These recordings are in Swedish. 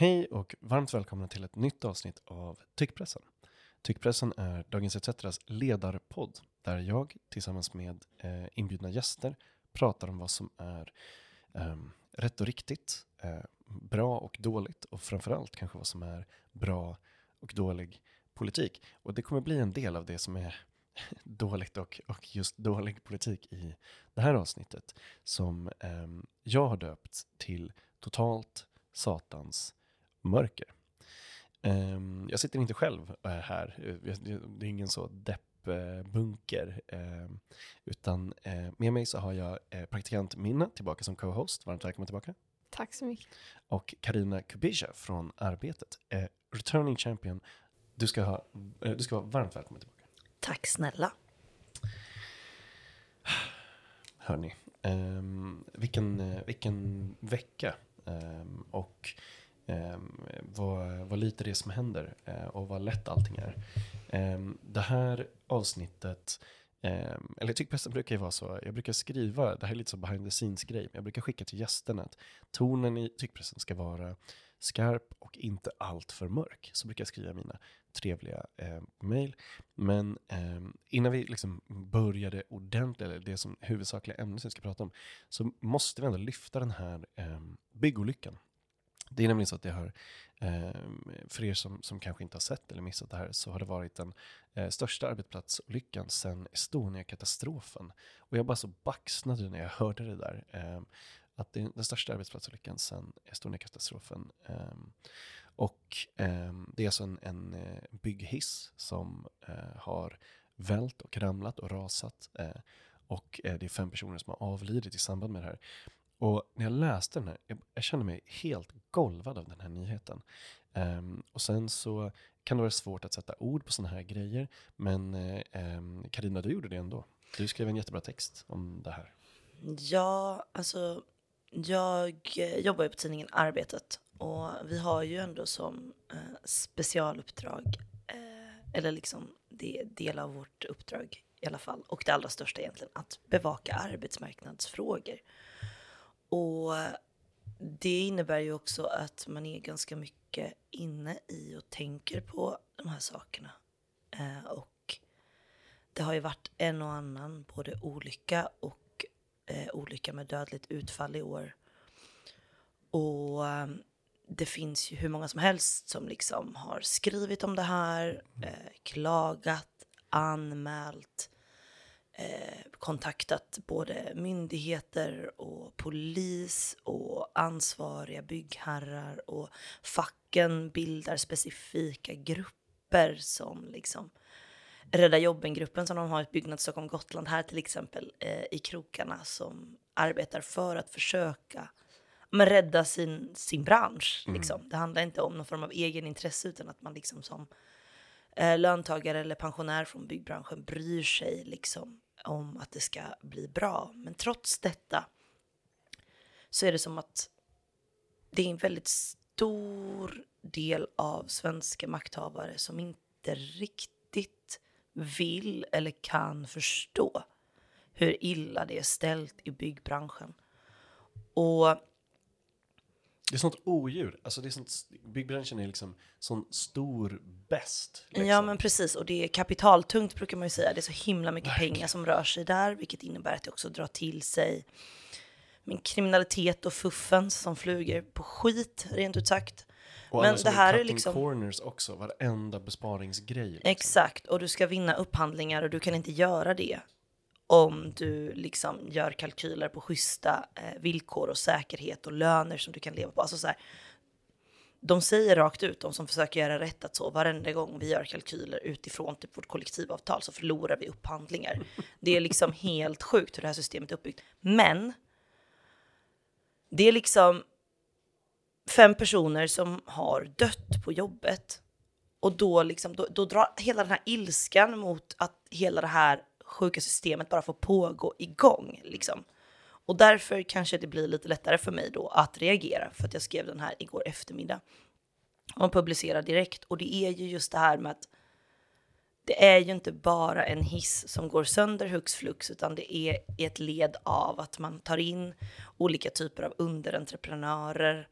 Hej och varmt välkomna till ett nytt avsnitt av Tyckpressen. Tyckpressen är Dagens ETC:s ledarpodd där jag tillsammans med inbjudna gäster pratar om vad som är rätt och riktigt, bra och dåligt och framförallt kanske vad som är bra och dålig politik. Och det kommer bli en del av det som är dåligt och just dålig politik i det här avsnittet som jag har döpt till Totalt Satans mörker. Jag sitter inte själv här. Det är ingen så deppbunker. Utan med mig så har jag praktikant Minna tillbaka som co-host. Varmt välkommen tillbaka. Tack så mycket. Och Karina Kubisha från Arbetet. Returning champion. Du ska vara varmt välkommen tillbaka. Tack snälla. Hörni, vilken vecka. Och vad lite det som händer och vad lätt allting är. Det här avsnittet, eller Tyckpressen brukar ju vara så, jag brukar skriva, det här är lite så behind the scenes grej, jag brukar skicka till gästerna att tonen i Tyckpressen ska vara skarp och inte allt för mörk. Så brukar jag skriva mina trevliga mejl. Men innan vi liksom började ordentligt, eller det som huvudsakliga ämnet som vi ska prata om, så måste vi ändå lyfta den här byggolyckan. Det är nämligen så att jag har, för er som kanske inte har sett eller missat det här, så har det varit den största arbetsplatsolyckan sedan Estonia-katastrofen. Och jag bara så baxnade när jag hörde det där. Att det är den största arbetsplatsolyckan sedan Estonia-katastrofen. Och det är alltså en bygghiss som har vält och ramlat och rasat. Och det är 5 personer som har avlidit i samband med det här. Och när jag läste den här, jag kände mig helt golvad av den här nyheten. Och sen så kan det vara svårt att sätta ord på såna här grejer. Men Karina, du gjorde det ändå. Du skrev en jättebra text om det här. Ja, alltså jag jobbar ju på tidningen Arbetet. Och vi har ju ändå som specialuppdrag, eller liksom det är del av vårt uppdrag i alla fall. Och det allra största egentligen, att bevaka arbetsmarknadsfrågor. Och det innebär ju också att man är ganska mycket inne i och tänker på de här sakerna. Och det har ju varit en och annan både olycka och olycka med dödligt utfall i år. Och det finns ju hur många som helst som liksom har skrivit om det här, klagat, anmält, kontaktat både myndigheter och polis och ansvariga byggherrar, och facken bildar specifika grupper som liksom Rädda jobben-gruppen som de har i Byggnads Stockholm Gotland här till exempel, i krokarna, som arbetar för att försöka rädda sin bransch. Liksom. Det handlar inte om någon form av egen intresse, utan att man liksom som löntagare eller pensionär från byggbranschen bryr sig liksom om att det ska bli bra. Men trots detta så är det som att det är en väldigt stor del av svenska makthavare som inte riktigt vill eller kan förstå hur illa det är ställt i byggbranschen. Och det är sånt odjur. Alltså det är sånt, byggbranschen är liksom sån stor bäst. Liksom. Ja, men precis. Och det är kapitaltungt brukar man ju säga. Det är så himla mycket pengar som rör sig där. Vilket innebär att det också drar till sig men kriminalitet och fuffens som flyger på skit, rent ut sagt. Och men det här är liksom corners också. Varenda besparingsgrej. Liksom. Exakt. Och du ska vinna upphandlingar och du kan inte göra det om du liksom gör kalkyler på schyssta villkor och säkerhet och löner som du kan leva på. Alltså så här, de säger rakt ut, de som försöker göra rätt, att så varenda gång vi gör kalkyler utifrån typ vårt kollektivavtal så förlorar vi upphandlingar. Det är liksom helt sjukt hur det här systemet är uppbyggt. Men det är liksom 5 personer som har dött på jobbet. Och då drar hela den här ilskan mot att hela det här sjuka systemet bara får pågå igång liksom. Och därför kanske det blir lite lättare för mig då att reagera, för att jag skrev den här igår eftermiddag och publicerade direkt. Och det är ju just det här med att det är ju inte bara en hiss som går sönder hux flux, utan det är ett led av att man tar in olika typer av underentreprenörer,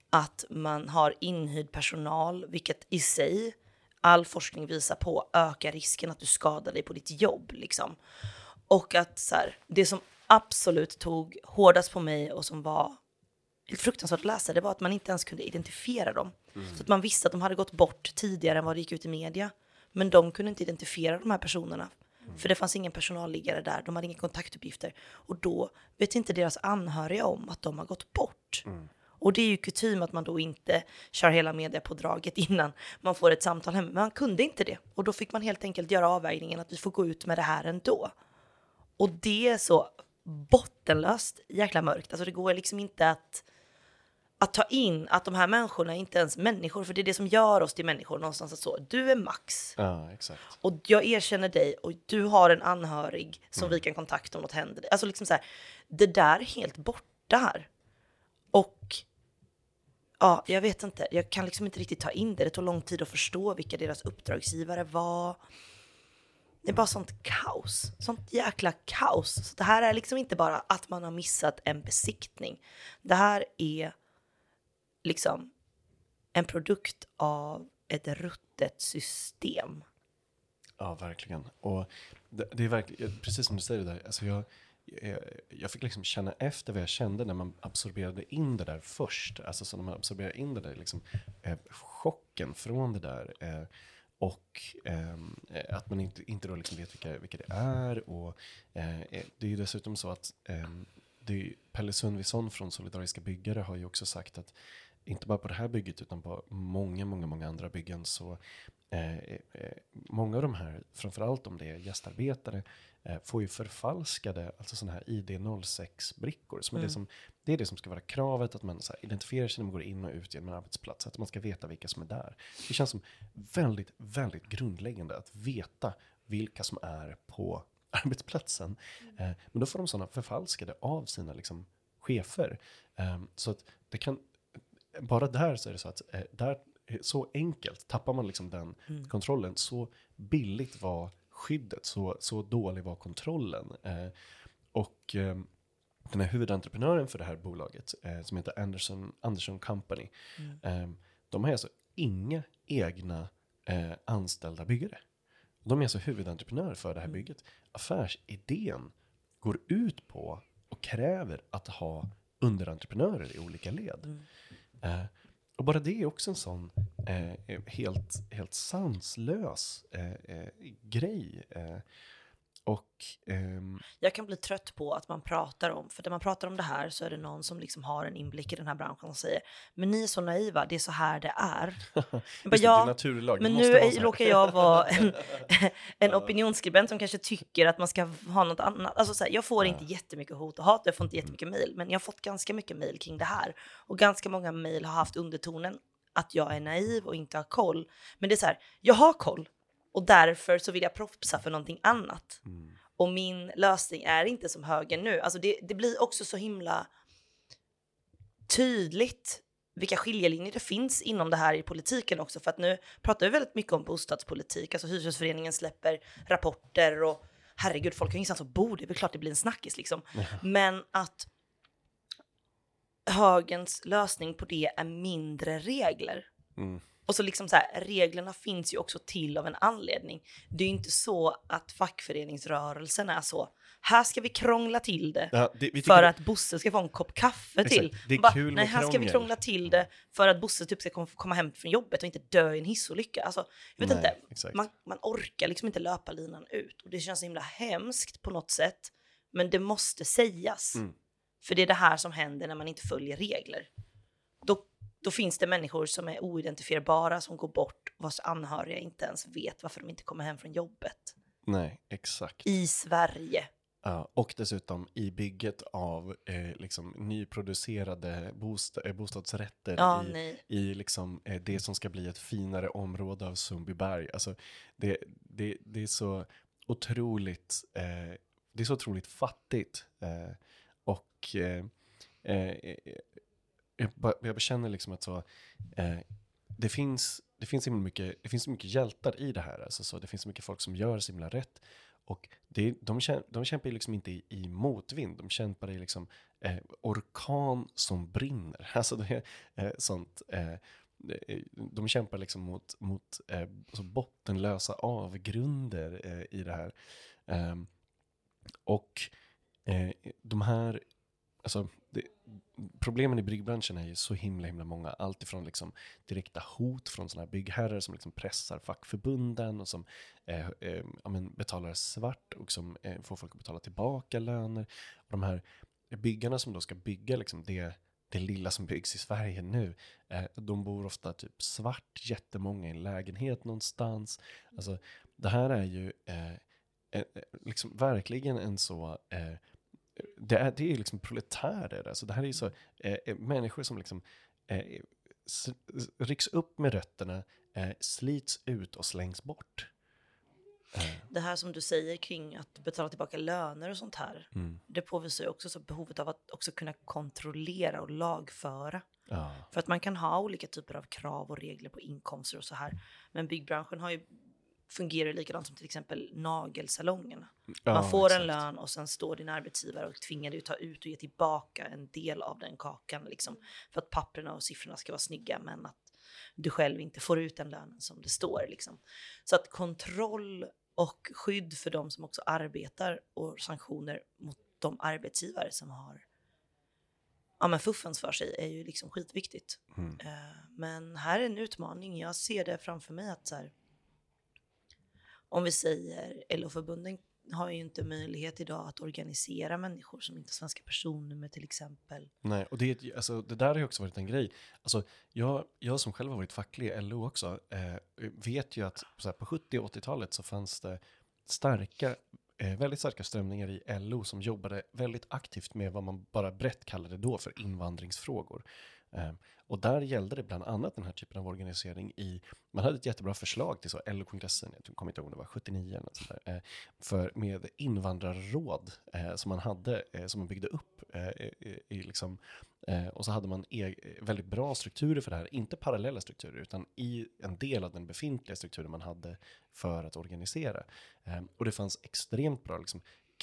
att man har inhyrd personal, vilket i sig all forskning visar på ökar risken att du skadar dig på ditt jobb liksom. Och att så här, det som absolut tog hårdast på mig och som var fruktansvärt att läsa, det var att man inte ens kunde identifiera dem. Så att man visste att de hade gått bort tidigare än vad det gick ut i media. Men de kunde inte identifiera de här personerna. För det fanns ingen personalliggare där, de hade inga kontaktuppgifter. Och då vet inte deras anhöriga om att de har gått bort. Och det är ju kutym att man då inte kör hela media på draget innan man får ett samtal hem. Men man kunde inte det. Och då fick man helt enkelt göra avvägningen att vi får gå ut med det här ändå. Och det är så bottenlöst jäkla mörkt. Alltså det går liksom inte att ta in att de här människorna är inte ens människor. För det är det som gör oss till människor någonstans. Att så, du är Max. Ja, exakt. Och jag erkänner dig och du har en anhörig som vi kan kontakta om något händer. Alltså liksom så här, det där är helt borta här. Och ja, jag vet inte. Jag kan liksom inte riktigt ta in det. Det tog lång tid att förstå vilka deras uppdragsgivare var. Det är bara sånt kaos. Sånt jäkla kaos. Så det här är liksom inte bara att man har missat en besiktning. Det här är liksom en produkt av ett ruttet system. Ja, verkligen. Och det är verkligen, precis som du säger det där, alltså jag fick liksom känna efter vad jag kände när man absorberade in det där först. Alltså så när man absorberar in det där, liksom, chocken från det där. Och att man inte då liksom vet vilka det är. Och det är ju dessutom så att Pelle Sundvidsson från Solidariska byggare har ju också sagt att inte bara på det här bygget utan på många andra byggen så många av de här, framförallt om det är gästarbetare, får ju förfalskade, alltså sådana här ID06-brickor. Som är det är det som ska vara kravet, att man så här, identifierar sig när man går in och ut genom en arbetsplats. Att man ska veta vilka som är där. Det känns som väldigt, väldigt grundläggande att veta vilka som är på arbetsplatsen. Men då får de sådana förfalskade av sina liksom, chefer. Så att det kan, bara där så är det så att där så enkelt tappar man liksom den kontrollen. Så billigt var skyddet, så dålig var kontrollen. Och den här huvudentreprenören för det här bolaget som heter Anderson Company, de har alltså inga egna anställda byggare. De är alltså huvudentreprenör för det här bygget. Affärsidén går ut på och kräver att ha underentreprenörer i olika led. Och bara det är också en sån helt sanslös grej. Och jag kan bli trött på att man pratar om, för när man pratar om det här så är det någon som liksom har en inblick i den här branschen och säger, men ni är så naiva, det är så här det är. Men nu råkar jag vara en opinionsskribent som kanske tycker att man ska ha något annat. Alltså så här, jag får inte jättemycket hot och hat, jag får inte jättemycket mejl, men jag har fått ganska mycket mejl kring det här. Och ganska många mejl har haft undertonen att jag är naiv och inte har koll. Men det är så här, jag har koll. Och därför så vill jag propsa för någonting annat. Och min lösning är inte som höger nu. Alltså det blir också så himla tydligt vilka skiljelinjer det finns inom det här i politiken också. För att nu pratar vi väldigt mycket om bostadspolitik. Alltså Hyresgästföreningen släpper rapporter och herregud, folk har ingenstans att bo. Det är väl klart det blir en snackis liksom. Men att högerns lösning på det är mindre regler. Och så liksom så här, reglerna finns ju också till av en anledning. Det är ju inte så att fackföreningsrörelsen är så, här ska vi krångla till det, för att Bosse ska få en kopp kaffe till. Det är kul med här ska vi krångla till det för att Bosse typ ska komma hem från jobbet och inte dö i en hissolycka. Alltså, jag vet inte, man orkar liksom inte löpa linan ut. Och det känns så himla hemskt på något sätt. Men det måste sägas. För det är det här som händer när man inte följer regler. Då finns det människor som är oidentifierbara, som går bort, vars anhöriga inte ens vet varför de inte kommer hem från jobbet. Nej, exakt. I Sverige. Ja, och dessutom i bygget av liksom nyproducerade bostadsrätter i liksom, det som ska bli ett finare område av Sundbyberg. Alltså, det är så otroligt det är så otroligt fattigt. Och jag känner liksom att så, det finns så mycket hjältar i det här. Alltså så, det finns så mycket folk som gör så himla rätt. Och de kämpar ju liksom inte i motvind, de kämpar i liksom orkan som brinner. Alltså det är sånt. De kämpar liksom mot så bottenlösa avgrunder i det här. Och de här, alltså problemen i byggbranschen är ju så himla många. Allt ifrån liksom direkta hot från såna här byggherrar som liksom pressar fackförbunden och som betalar svart och som får folk att betala tillbaka löner. Och de här byggarna som då ska bygga liksom det lilla som byggs i Sverige nu, de bor ofta typ svart, jättemånga i en lägenhet någonstans. Alltså det här är ju liksom verkligen en så det är ju liksom proletärer. Alltså det här är ju så människor som liksom rycks upp med rötterna, slits ut och slängs bort. Det här som du säger kring att betala tillbaka löner och sånt här, det påvisar ju också så behovet av att också kunna kontrollera och lagföra. Ja. För att man kan ha olika typer av krav och regler på inkomster och så här. Men byggbranschen fungerar likadant som till exempel nagelsalongerna. Man får en lön och sen står din arbetsgivare och tvingar dig att ta ut och ge tillbaka en del av den kakan. Liksom, för att papperna och siffrorna ska vara snygga, men att du själv inte får ut den lönen som det står. Liksom. Så att kontroll och skydd för de som också arbetar och sanktioner mot de arbetsgivare som har fuffens för sig är ju liksom skitviktigt. Men här är en utmaning. Jag ser det framför mig att så här, om vi säger LO-förbunden har ju inte möjlighet idag att organisera människor som inte är svenska personnummer till exempel. Nej, och det där har ju också varit en grej. Alltså, jag som själv har varit facklig i LO också vet ju att så här, på 70- och 80-talet så fanns det väldigt starka strömningar i LO som jobbade väldigt aktivt med vad man bara brett kallade då för invandringsfrågor. Och där gällde det bland annat den här typen av organisering man hade ett jättebra förslag till så LO-kongressen, jag kommer inte ihåg om det var 79 eller något sånt där, med invandrarråd som man hade, som man byggde upp liksom, och så hade man väldigt bra strukturer för det här, inte parallella strukturer utan i en del av den befintliga strukturen man hade för att organisera. Och det fanns extremt bra liksom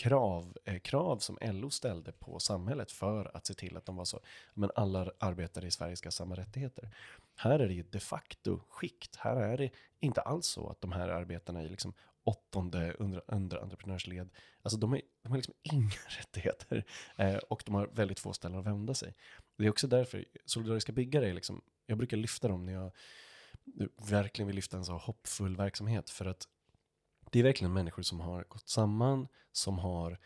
krav som LO ställde på samhället för att se till att de var så, men alla arbetare i Sverige ska ha samma rättigheter. Här är det ju de facto skikt. Här är det inte alls så att de här arbetarna i liksom 8:e underentreprenörsled, alltså de har liksom inga rättigheter och de har väldigt få ställen att vända sig. Det är också därför solidariska byggare är liksom, jag brukar lyfta dem när jag verkligen vill lyfta en så hoppfull verksamhet, för att det är verkligen människor som har gått samman, som har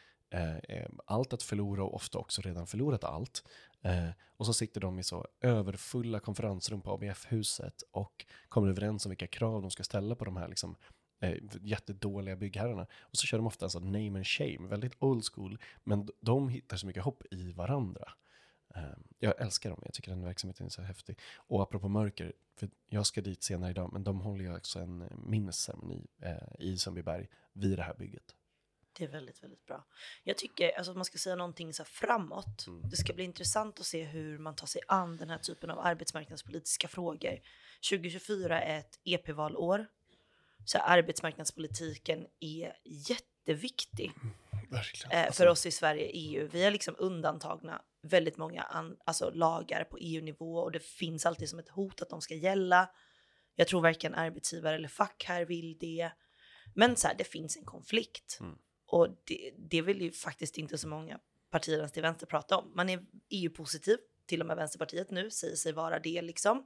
allt att förlora och ofta också redan förlorat allt. Och så sitter de i så överfulla konferensrum på ABF-huset och kommer överens om vilka krav de ska ställa på de här liksom, jättedåliga byggherrarna. Och så kör de ofta en sån name and shame, väldigt old school, men de hittar så mycket hopp i varandra. Jag älskar dem, jag tycker den verksamheten är så häftig. Och apropå mörker, för jag ska dit senare idag, men de håller ju också en minnesceremoni i Sundbyberg vid det här bygget. Det är väldigt, väldigt bra. Jag tycker, alltså, man ska säga någonting så här framåt. Det ska bli intressant att se hur man tar sig an den här typen av arbetsmarknadspolitiska frågor. 2024 är ett EP-valår. Så arbetsmarknadspolitiken är jätteviktig. Verkligen. För oss i Sverige, EU. Vi är liksom undantagna väldigt många lagar på EU-nivå, och det finns alltid som ett hot att de ska gälla. Jag tror varken arbetsgivare eller fack här vill det. Men så här, det finns en konflikt. Och det vill ju faktiskt inte så många partier till vänster prata om. Man är EU-positiv, till och med Vänsterpartiet nu säger sig vara det liksom.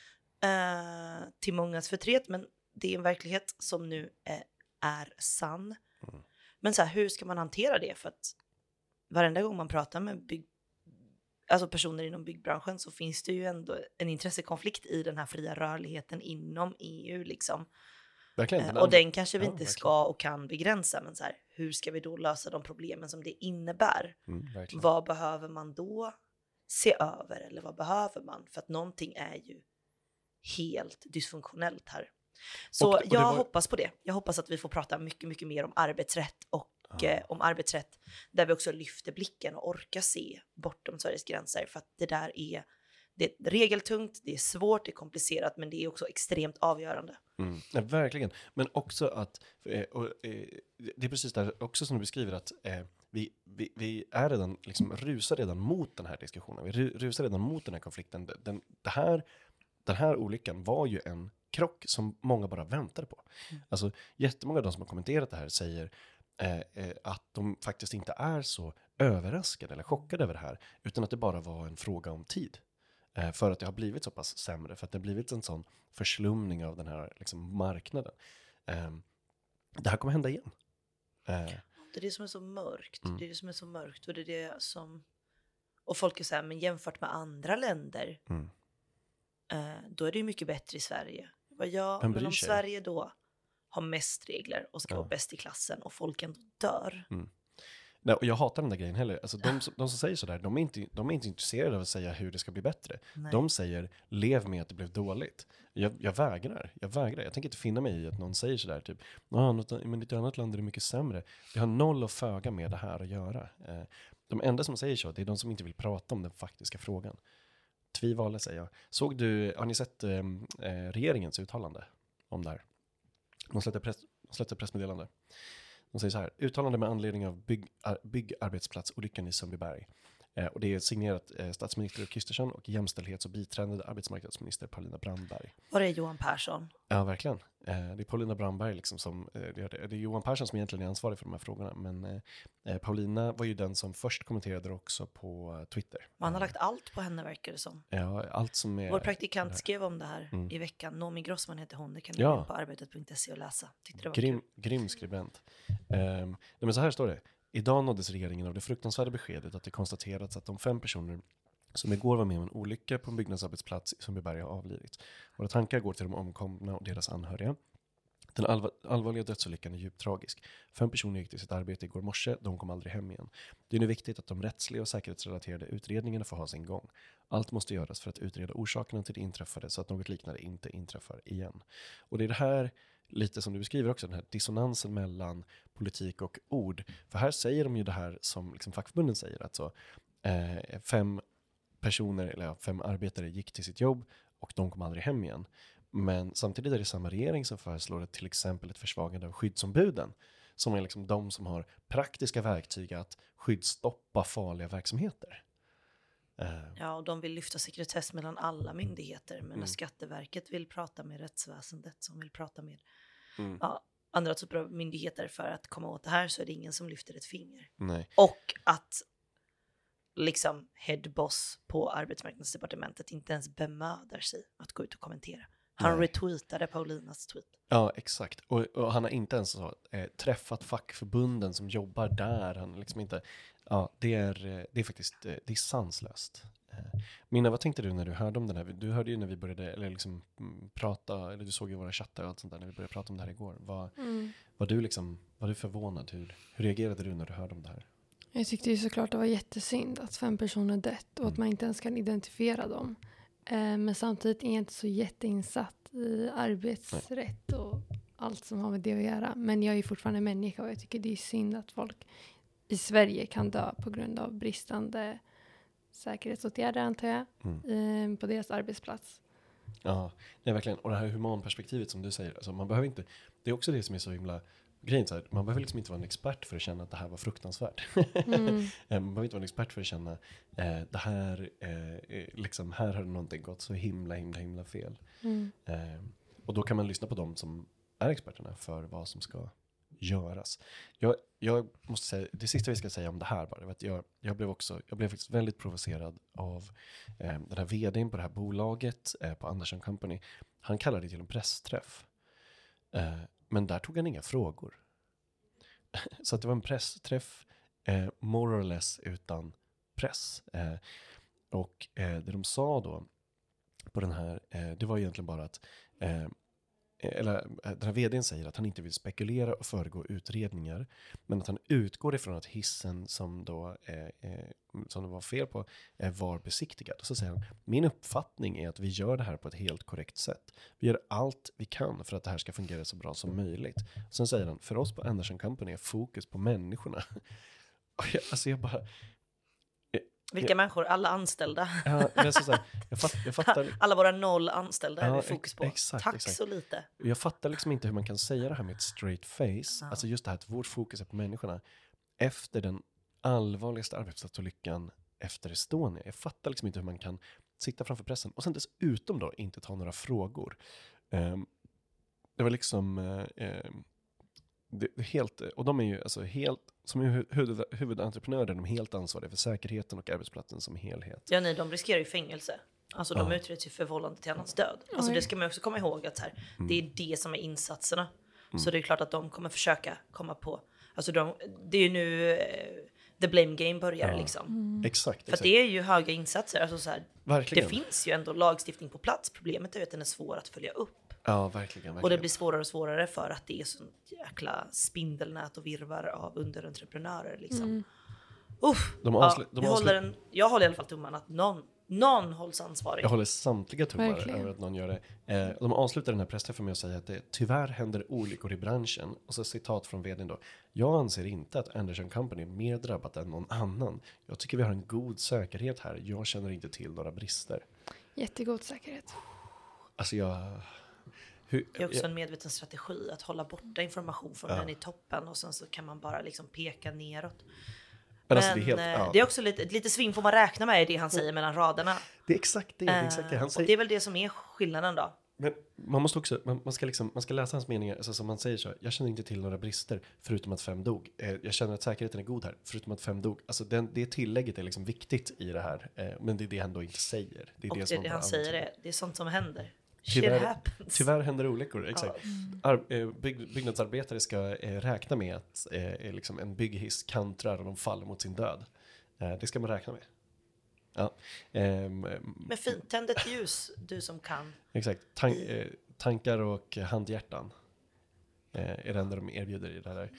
Till mångas förtret, men det är en verklighet som nu är sann. Men så här, hur ska man hantera det? För att varenda gång man pratar med personer inom byggbranschen, så finns det ju ändå en intressekonflikt i den här fria rörligheten inom EU liksom. Och den kanske vi inte ska och kan begränsa, men så här, hur ska vi då lösa de problemen som det innebär? Vad behöver man då se över, eller vad behöver man? För att någonting är ju helt dysfunktionellt här. Så jag hoppas på det. Jag hoppas att vi får prata mycket, mycket mer om arbetsrätt och om arbetsrätt där vi också lyfter blicken och orkar se bortom Sveriges gränser, för att det Det är regeltungt, det är svårt, det är komplicerat, men det är också extremt avgörande. Ja, verkligen. Men också att, det är precis där också som du beskriver att vi är redan, liksom, rusar redan mot den här diskussionen. Vi rusar redan mot den här konflikten. Den här olyckan var ju en krock som många bara väntade på. Alltså jättemånga av de som har kommenterat det här säger att de faktiskt inte är så överraskade eller chockade över det här, utan att det bara var en fråga om tid. För att det har blivit så pass sämre, för att det har blivit en sån förslumning av den här liksom, marknaden. Det här kommer hända igen. Det är det som är så mörkt. Det är det som är så mörkt. Och det är det som... Och folk är så här, men jämfört med andra länder, då är det ju mycket bättre i Sverige. Men om Sverige då har mest regler och ska vara bäst i klassen och folk ändå dör. Nej, och jag hatar den där grejen heller. Alltså, de som säger sådär, de är inte intresserade av att säga hur det ska bli bättre. Nej. De säger, lev med att det blev dåligt. Jag vägrar. Jag tänker inte finna mig i att någon säger sådär, typ, men i ett annat land är det mycket sämre. Det har noll och föga med det här att göra. De enda som säger så, det är de som inte vill prata om den faktiska frågan. Tvivale, säger jag. Har ni sett regeringens uttalande om det här? De släppte pressmeddelande. De säger så här: uttalande med anledning av byggarbetsplatsolyckan i Sundbyberg. Och det är signerat statsminister Kristersson och jämställdhets- och biträdande arbetsmarknadsminister Paulina Brandberg. Och det är Johan Persson. Ja, verkligen. Det är Paulina Brandberg liksom som det är Johan Persson som egentligen är ansvarig för de här frågorna. Men Paulina var ju den som först kommenterade det också på Twitter. Man har lagt allt på henne, verkar det som. Ja, allt som är... Vår praktikant skrev om det här i veckan. Nomi Grossman heter hon. Det kan ni gå på arbetet.se och läsa. Tyckte det var kul. Grym skribent. Men så här står det. Idag nåddes regeringen av det fruktansvärda beskedet att det konstaterats att de 5 personer som igår var med om en olycka på en byggnadsarbetsplats i Sundbyberg har avlidit. Våra tankar går till de omkomna och deras anhöriga. Den allvarliga dödsolyckan är djupt tragisk. 5 personer gick till sitt arbete igår morse, de kom aldrig hem igen. Det är nu viktigt att de rättsliga och säkerhetsrelaterade utredningarna får ha sin gång. Allt måste göras för att utreda orsakerna till det inträffade så att något liknande inte inträffar igen. Och det är det här, lite som du beskriver också, den här dissonansen mellan politik och ord. För här säger de ju det här som liksom fackförbunden säger, att så, 5 personer, eller 5 arbetare gick till sitt jobb och de kom aldrig hem igen. Men samtidigt är det samma regering som föreslår till exempel ett försvagande av skyddsombuden, som är liksom de som har praktiska verktyg att skyddsstoppa farliga verksamheter. Ja, och de vill lyfta sekretess mellan alla myndigheter. Men när Skatteverket vill prata med rättsväsendet, som vill prata med andra typer av myndigheter för att komma åt det här, så är det ingen som lyfter ett finger. Nej. Och att liksom headboss på arbetsmarknadsdepartementet inte ens bemödar sig att gå ut och kommentera. Han retweetade Paulinas tweet. Ja, exakt. Och han har inte ens träffat fackförbunden som jobbar där. Han liksom inte... Ja, det är faktiskt... Det är sanslöst. Minna, vad tänkte du när du hörde om den här? Du hörde ju när vi började liksom, prata, eller du såg ju våra chattar och allt sånt där när vi började prata om det här igår. Var du förvånad? Hur reagerade du när du hörde om det här? Jag tyckte ju såklart det var jättesynd att 5 personer dött och att man inte ens kan identifiera dem. Men samtidigt är jag inte så jätteinsatt i arbetsrätt och allt som har med det att göra. Men jag är fortfarande människa och jag tycker det är synd att folk i Sverige kan dö på grund av bristande säkerhetsåtgärder, antar jag, på deras arbetsplats. Ja, det är verkligen. Och det här humanperspektivet som du säger, alltså man behöver inte, det är också det som är så himla grejen, så här, man behöver liksom inte vara en expert för att känna att det här var fruktansvärt. Man behöver inte vara en expert för att känna det här, liksom, här har någonting gått så himla fel. Och då kan man lyssna på dem som är experterna för vad som ska göras. Jag måste säga, det sista vi ska säga om det här bara, att jag blev faktiskt väldigt provocerad av den här vdn på det här bolaget, på Anderson Company. Han kallade det till en pressträff. Men där tog han inga frågor. Så att det var en pressträff, more or less utan press. Och det de sa då på den här, det var egentligen bara att den här vdn säger att han inte vill spekulera och föregå utredningar, men att han utgår ifrån att hissen som då som det var fel på var besiktigad. Och så säger han, min uppfattning är att vi gör det här på ett helt korrekt sätt. Vi gör allt vi kan för att det här ska fungera så bra som möjligt. Sen säger han, för oss på Anderson Company är fokus på människorna. Och jag bara... Vilka människor? Alla anställda. Ja, men alltså så här, jag fattar. Alla våra 0 anställda är Ja, vi fokus på. exakt, Tack exakt. så lite. Jag fattar liksom inte hur man kan säga det här med ett straight face. Alltså just det här att vårt fokus är på människorna efter den allvarligaste arbetsplatsolyckan efter Estonia. Jag fattar liksom inte hur man kan sitta framför pressen och sen dessutom då inte ta några frågor. Det var liksom det helt, och de är ju alltså helt, som huvudentreprenörer, de är helt ansvariga för säkerheten och arbetsplatsen som helhet. Ja, nej, de riskerar ju fängelse. Alltså de utreds ju för vållande till annans död. Alltså det ska man också komma ihåg att här, det är det som är insatserna. Så det är klart att de kommer försöka komma på, alltså det är ju nu the blame game börjar liksom. Exakt. För att det är ju höga insatser. Alltså så här, Verkligen. det finns ju ändå lagstiftning på plats. Problemet är ju att den är svår att följa upp. Ja, verkligen. Och det blir svårare och svårare för att det är sånt jäkla spindelnät och virvar av underentreprenörer liksom. Jag håller i alla fall tummarna att någon hålls ansvarig. Jag håller samtliga tummar Verkligen. över att någon gör det. De avslutar den här pressträffen med att säga att det tyvärr händer olyckor i branschen. Och så citat från vdn då. Jag anser inte att Anderson Company är mer drabbat än någon annan. Jag tycker vi har en god säkerhet här. Jag känner inte till några brister. Jättegod säkerhet. Alltså Det är också en medveten strategi att hålla borta information från den i toppen. Och sen så kan man bara liksom peka neråt. Men alltså, det är också lite svinn får man räkna med i det han säger mellan raderna. Det är exakt det. Han säger. Och det är väl det som är skillnaden då. Men man måste också, man ska läsa hans meningar, alltså som man säger så. Jag känner inte till några brister förutom att 5 dog. Jag känner att säkerheten är god här förutom att 5 dog. Alltså det tillägget är liksom viktigt i det här. Men det är det han då inte säger. Det är och det som han säger det är sånt som händer. Tyvärr händer olyckor, exakt. Byggnadsarbetare ska räkna med att liksom en bygghiss kantrar och de faller mot sin död. Det ska man räkna med. Ja. Men fint, tänd ett ljus, du som kan. Exakt. Tankar och handhjärtan är det enda de erbjuder i det här.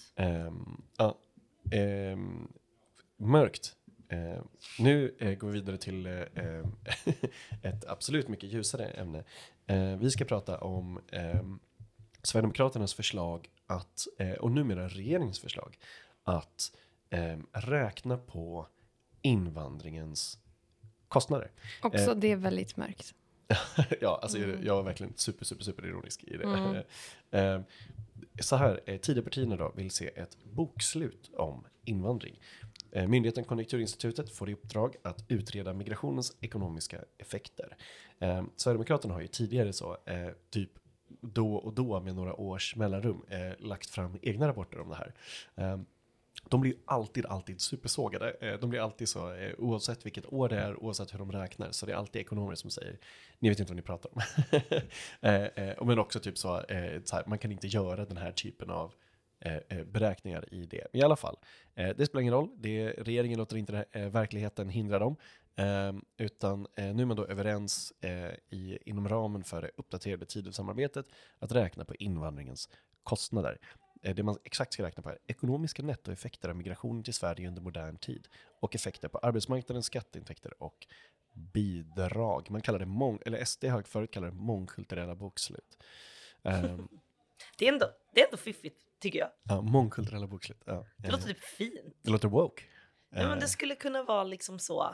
Mörkt. Nu går vi vidare till ett absolut mycket ljusare ämne. Vi ska prata om Sverigedemokraternas förslag att, och numera regeringens förslag, att räkna på invandringens kostnader. Också det är väldigt mörkt. Ja, alltså jag var verkligen super ironisk i det. Så här, Tidöpartierna då vill se ett bokslut om invandring. Myndigheten Konjunkturinstitutet får i uppdrag att utreda migrationens ekonomiska effekter. Sverigedemokraterna har ju tidigare så typ då och då med några års mellanrum lagt fram egna rapporter om det här. De blir alltid supersågade. De blir alltid så, oavsett vilket år det är, oavsett hur de räknar. Så det är alltid ekonomer som säger, ni vet inte vad ni pratar om. Men också typ så här, man kan inte göra den här typen av beräkningar i det. I alla fall, det spelar ingen roll. Regeringen låter inte verkligheten hindra dem. Utan nu är man då överens inom ramen för det uppdaterade Tidösamarbetet att räkna på invandringens kostnader. Det man exakt ska räkna på är ekonomiska nettoeffekter av migrationen till Sverige under modern tid och effekter på arbetsmarknaden, skatteintäkter och bidrag. Man kallar det eller SD har förut kallat det mångkulturella bokslut. Det är ändå fiffigt, tycker jag. Ja, mångkulturella bokslut. Ja. Det låter typ fint. Det låter woke. Ja, men det skulle kunna vara liksom så.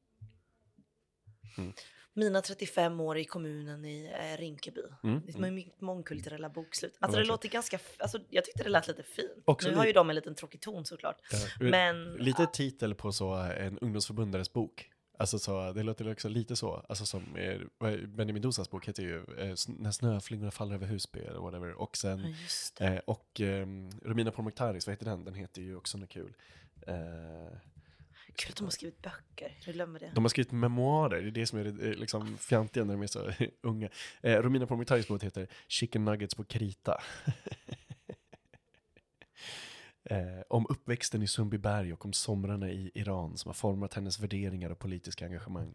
Mina 35 år i kommunen i Rinkeby. Det är mitt mångkulturella bokslut. Alltså det låter ganska, alltså jag tyckte det lät lite fint. Också nu har ju de en liten tråkig ton såklart. Men lite titel på så en ungdomsförbundares bok. Alltså så, det låter också lite så. Alltså som Benjamin Dosas bok heter ju När snöflingorna faller över Husby eller whatever. Och sen Romina Pourmokhtaris, vad heter den? Den heter ju också något kul. Kul att de har skrivit böcker, jag glömmer det. De har skrivit memoarer, det är det som är liksom fjantiga när de är så unga. Romina Pourmokhtaris bok heter Chicken Nuggets på krita. Om uppväxten i Sundbyberg och om somrarna i Iran som har format hennes värderingar och politiska engagemang.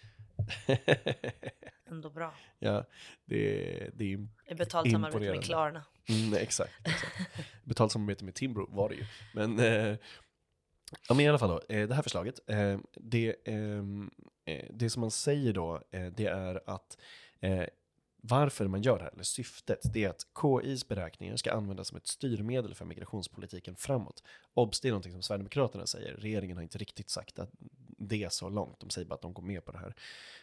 Ändå bra. Ja, det är betalt samarbete med Klarna. Exakt. Betalt samarbete med Timbro var det ju. Men ja, men i alla fall då, det här förslaget, det som man säger då, det är att varför man gör det här, eller syftet, det är att KIs beräkningar ska användas som ett styrmedel för migrationspolitiken framåt. Obs, det är någonting som Sverigedemokraterna säger. Regeringen har inte riktigt sagt att det så långt. De säger bara att de går med på det här.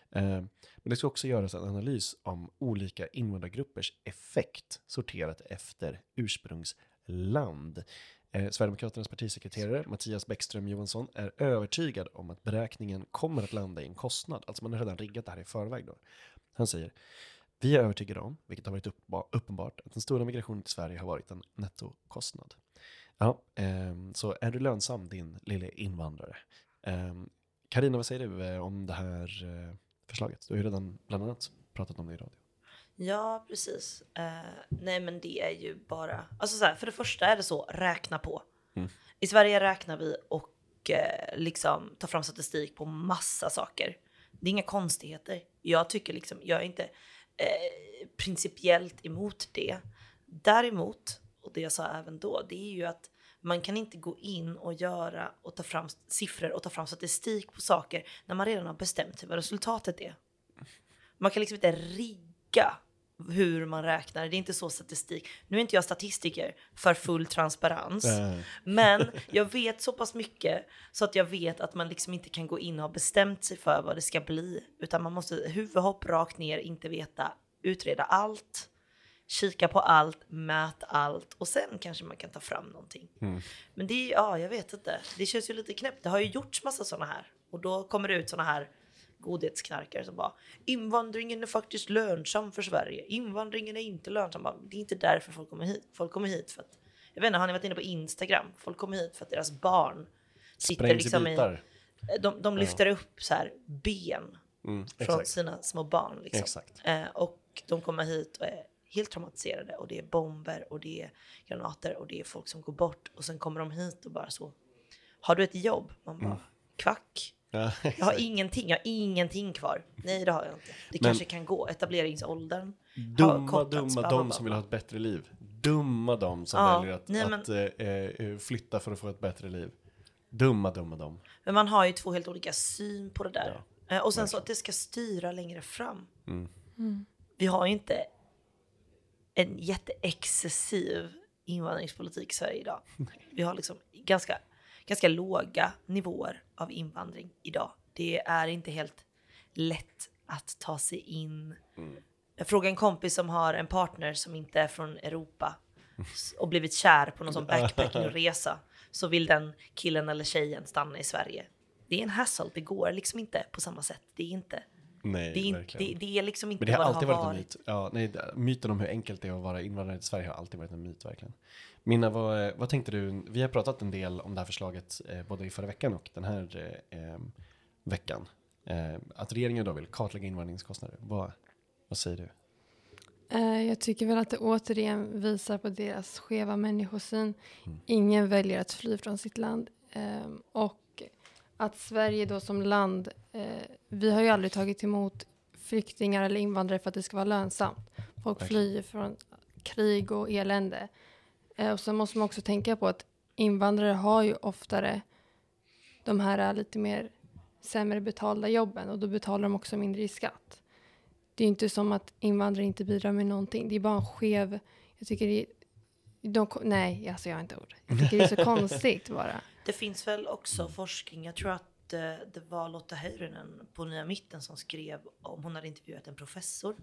Men det ska också göras en analys om olika invandrargruppers effekt sorterat efter ursprungsland. Sverigedemokraternas partisekreterare Mattias Bäckström Johansson är övertygad om att beräkningen kommer att landa i en kostnad. Alltså man har redan riggat det här i förväg då. Han säger: vi är övertygade om, vilket har varit uppenbart, att den stora migrationen till Sverige har varit en nettokostnad. Ja, så är du lönsam, din lille invandrare? Carina, vad säger du om det här förslaget? Du har ju redan bland annat pratat om det i radio. Ja, precis. Nej, men det är ju bara... Alltså så här, för det första är det så, räkna på. I Sverige räknar vi och liksom tar fram statistik på massa saker. Det är inga konstigheter. Jag tycker liksom, jag är inte principiellt emot det. Däremot, och det jag sa även då, det är ju att man kan inte gå in och göra och ta fram siffror och ta fram statistik på saker när man redan har bestämt sig vad resultatet är. Man kan liksom inte rigga hur man räknar. Det är inte så statistik. Nu är inte jag statistiker för full transparens. Men jag vet så pass mycket så att jag vet att man liksom inte kan gå in och ha bestämt sig för vad det ska bli. Utan man måste huvudhopp rakt ner, inte veta, utreda allt. Kika på allt, mät allt. Och sen kanske man kan ta fram någonting. Men det är, ja, jag vet inte. Det känns ju lite knäppt. Det har ju gjorts massa sådana här. Och då kommer det ut sådana här godhetsknarkare som bara, invandringen är faktiskt lönsam för Sverige. Invandringen är inte lönsam. Det är inte därför folk kommer hit. Folk kommer hit för att, jag vet inte, har ni varit inne på Instagram? Folk kommer hit för att deras barn sitter liksom i de lyfter upp så här ben från sina små barn liksom. Och de kommer hit och är helt traumatiserade, och det är bomber och det är granater och det är folk som går bort, och sen kommer de hit och bara så, har du ett jobb? Man bara, kvack. Ja, jag har ingenting kvar. Nej, det har jag inte. Det kanske kan gå. Etableringsåldern. Dumma de som vill ha ett bättre liv. Dumma de som väljer att flytta för att få ett bättre liv. Dumma de. Men man har ju två helt olika syn på det där. Och sen så att det ska styra längre fram. Vi har ju inte en jätteexcessiv invandringspolitik i Sverige idag. Vi har liksom ganska låga nivåer av invandring idag. Det är inte helt lätt att ta sig in. Jag frågade en kompis som har en partner som inte är från Europa och blivit kär på någon sån backpacking-resa, så vill den killen eller tjejen stanna i Sverige. Det är en hassle, det går liksom inte på samma sätt. Det är inte... Nej, det är liksom inte. Men det har alltid varit en myt. Ja, nej, myten om hur enkelt det är att vara invandrare till Sverige har alltid varit en myt, verkligen. Minna, vad tänkte du? Vi har pratat en del om det här förslaget både i förra veckan och den här veckan. Att regeringen då vill kartlägga invandringskostnader. Vad säger du? Jag tycker väl att det återigen visar på deras skeva människosyn. Ingen väljer att fly från sitt land. Och att Sverige då som land, vi har ju aldrig tagit emot flyktingar eller invandrare för att det ska vara lönsamt. Folk flyr från krig och elände. Och så måste man också tänka på att invandrare har ju oftare de här lite mer sämre betalda jobben, och då betalar de också mindre i skatt. Det är inte som att invandrare inte bidrar med någonting. Det är bara en skev... Jag tycker jag har inte ord. Jag tycker det är så konstigt bara. Det finns väl också forskning. Jag tror att det var Lotta Höjrynen på Nya Mitten som skrev om, hon hade intervjuat en professor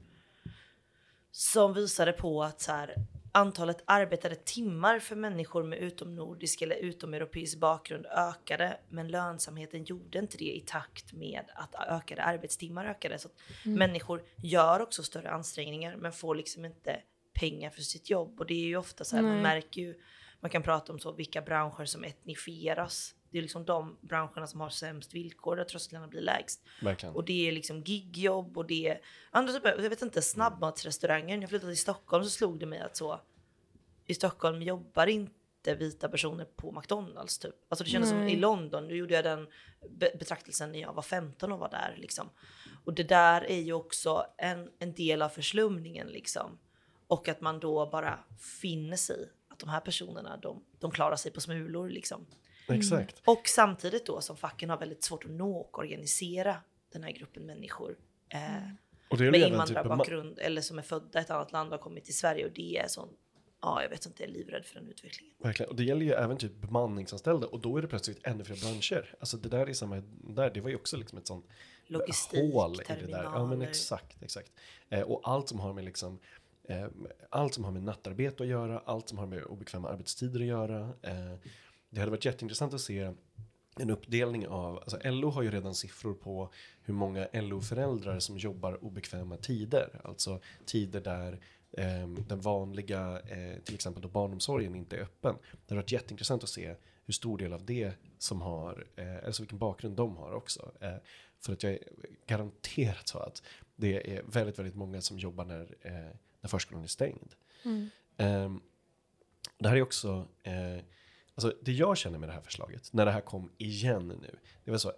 som visade på att så här, antalet arbetade timmar för människor med utomnordisk eller utomeuropeisk bakgrund ökade, men lönsamheten gjorde inte det i takt med att ökade arbetstimmar ökade. Så att människor gör också större ansträngningar men får liksom inte pengar för sitt jobb. Och det är ju ofta så här, man märker ju, man kan prata om så vilka branscher som etnifieras. Det är liksom de branscherna som har sämst villkor där trösklarna blir lägst. Verkligen. Och det är liksom gigjobb och det är andra typer, jag vet inte, snabbmatsrestauranger. När jag flyttade till Stockholm så slog det mig att så i Stockholm jobbar inte vita personer på McDonalds typ. Alltså det kändes som i London, nu gjorde jag den betraktelsen när jag var 15 och var där liksom. Och det där är ju också en del av förslumningen liksom. Och att man då bara finner sig att de här personerna, de klarar sig på smulor liksom. Exakt. Och samtidigt då som facken har väldigt svårt att nå och organisera den här gruppen människor och det är med invandrarbakgrund eller som är födda i ett annat land och har kommit till Sverige, och det är sån jag vet inte, jag är livrädd för den utvecklingen. Verkligen. Och det gäller ju även typ bemanningsanställda. Och då är det plötsligt ännu fler branscher. Alltså det där är samma där. Det var ju också liksom ett sånt Logistik, hål i det terminaler. där. Ja, men exakt. Och allt som har med liksom allt som har med nattarbete att göra, allt som har med obekväma arbetstider att göra. Det hade varit jätteintressant att se en uppdelning av, alltså LO har ju redan siffror på hur många LO-föräldrar som jobbar obekväma tider. Alltså tider där den vanliga, till exempel då barnomsorgen inte är öppen. Det har varit jätteintressant att se hur stor del av det som har, alltså vilken bakgrund de har också. För att jag är garanterat så att det är väldigt, väldigt många som jobbar när förskolan är stängd. Det här är också, alltså det jag känner med det här förslaget, när det här kom igen nu, det var så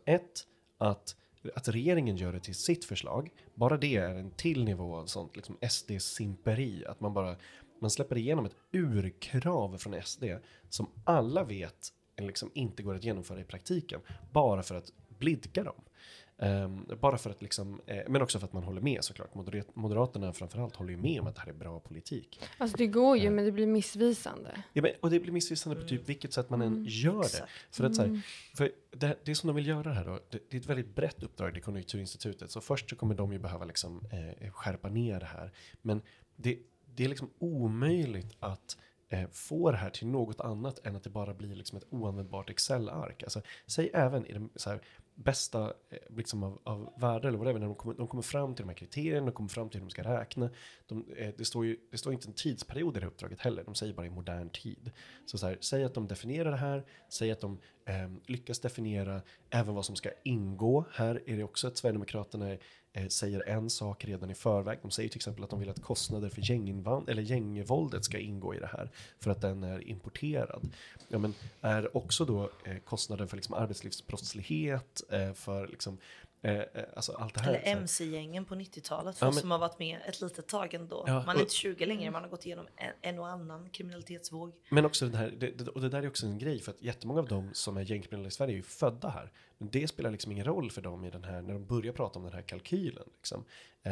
att regeringen gör det till sitt förslag, bara det är en till nivå av sånt liksom SD-simperi, att man släpper igenom ett urkrav från SD som alla vet liksom inte går att genomföra i praktiken, bara för att blidka dem. Bara för att liksom, men också för att man håller med såklart. Moderaterna framförallt håller ju med om att det här är bra politik. Alltså det går ju, men det blir missvisande. Ja, men, och det blir missvisande på typ vilket sätt man än gör det. För att så här, för det som de vill göra här då, det är ett väldigt brett uppdrag, det Konjunkturinstitutet. Så först så kommer de ju behöva liksom, skärpa ner det här. Men det är liksom omöjligt att få det här till något annat än att det bara blir liksom ett oanvändbart Excel-ark. Alltså, säg även i den så här, bästa liksom av världar eller whatever, när de kommer fram till de här kriterierna, de kommer fram till hur de ska räkna. Det står inte en tidsperiod i det här uppdraget heller, de säger bara i modern tid. Så här, säg att de definierar det här, säg att de lyckas definiera även vad som ska ingå. Här är det också att Sverigedemokraterna säger en sak redan i förväg. De säger till exempel att de vill att kostnader för gängvåldet ska ingå i det här för att den är importerad. Ja, men är också då kostnader för liksom arbetslivsbrottslighet, för liksom alltså allt det här. Eller MC-gängen på 90-talet som har varit med ett litet tag ändå. Ja, man är inte 20 längre, man har gått igenom en och annan kriminalitetsvåg. Men också den här, och det där är också en grej, för att jättemånga av dem som är gängkriminella i Sverige är ju födda här. Men det spelar liksom ingen roll för dem i den här, när de börjar prata om den här kalkylen liksom.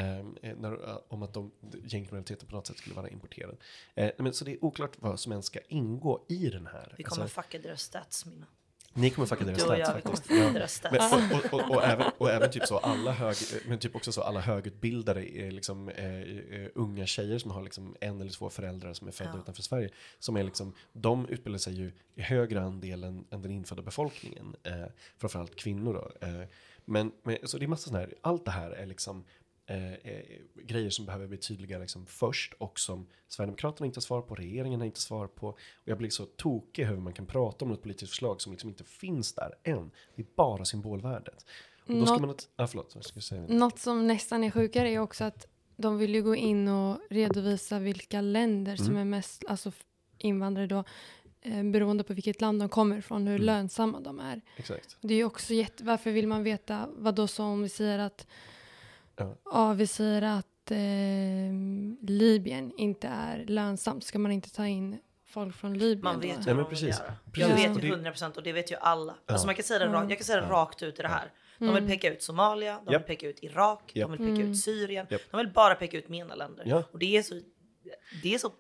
Om att gängkriminaliteten på något sätt skulle vara importerad. Men så det är oklart vad som ens ska ingå i den här. Vi kommer fucka deras stats, Mina. Ni kommer fucka deras stats faktiskt. Och även typ så alla högutbildade liksom, unga tjejer som har liksom en eller två föräldrar som är födda utanför Sverige, som är liksom, de utbildar sig ju i högre andel än den infödda befolkningen, framförallt kvinnor då. Men så det är massa sån här, allt det här är liksom grejer som behöver bli tydliga liksom först, och som Sverigedemokraterna inte har svar på, regeringen har inte svar på, och jag blir så tokig hur man kan prata om ett politiskt förslag som liksom inte finns där än. Det är bara symbolvärdet. Och då ska man något som nästan är sjukare är också att de vill ju gå in och redovisa vilka länder som är mest, alltså invandrare då, beroende på vilket land de kommer ifrån, hur lönsamma de är. Exakt. Det är ju också varför vill man veta vad då, så om vi säger att vi säger att Libyen inte är lönsamt, ska man inte ta in folk från Libyen? Man vet då? ju vad de vill göra. Jag vet ju 100% och det vet ju alla. Alltså man kan säga det jag kan säga det rakt ut i det här. De vill peka ut Somalia, de vill peka ut Irak, de vill peka ut Syrien. De vill bara peka ut MENA-länder. Och det är så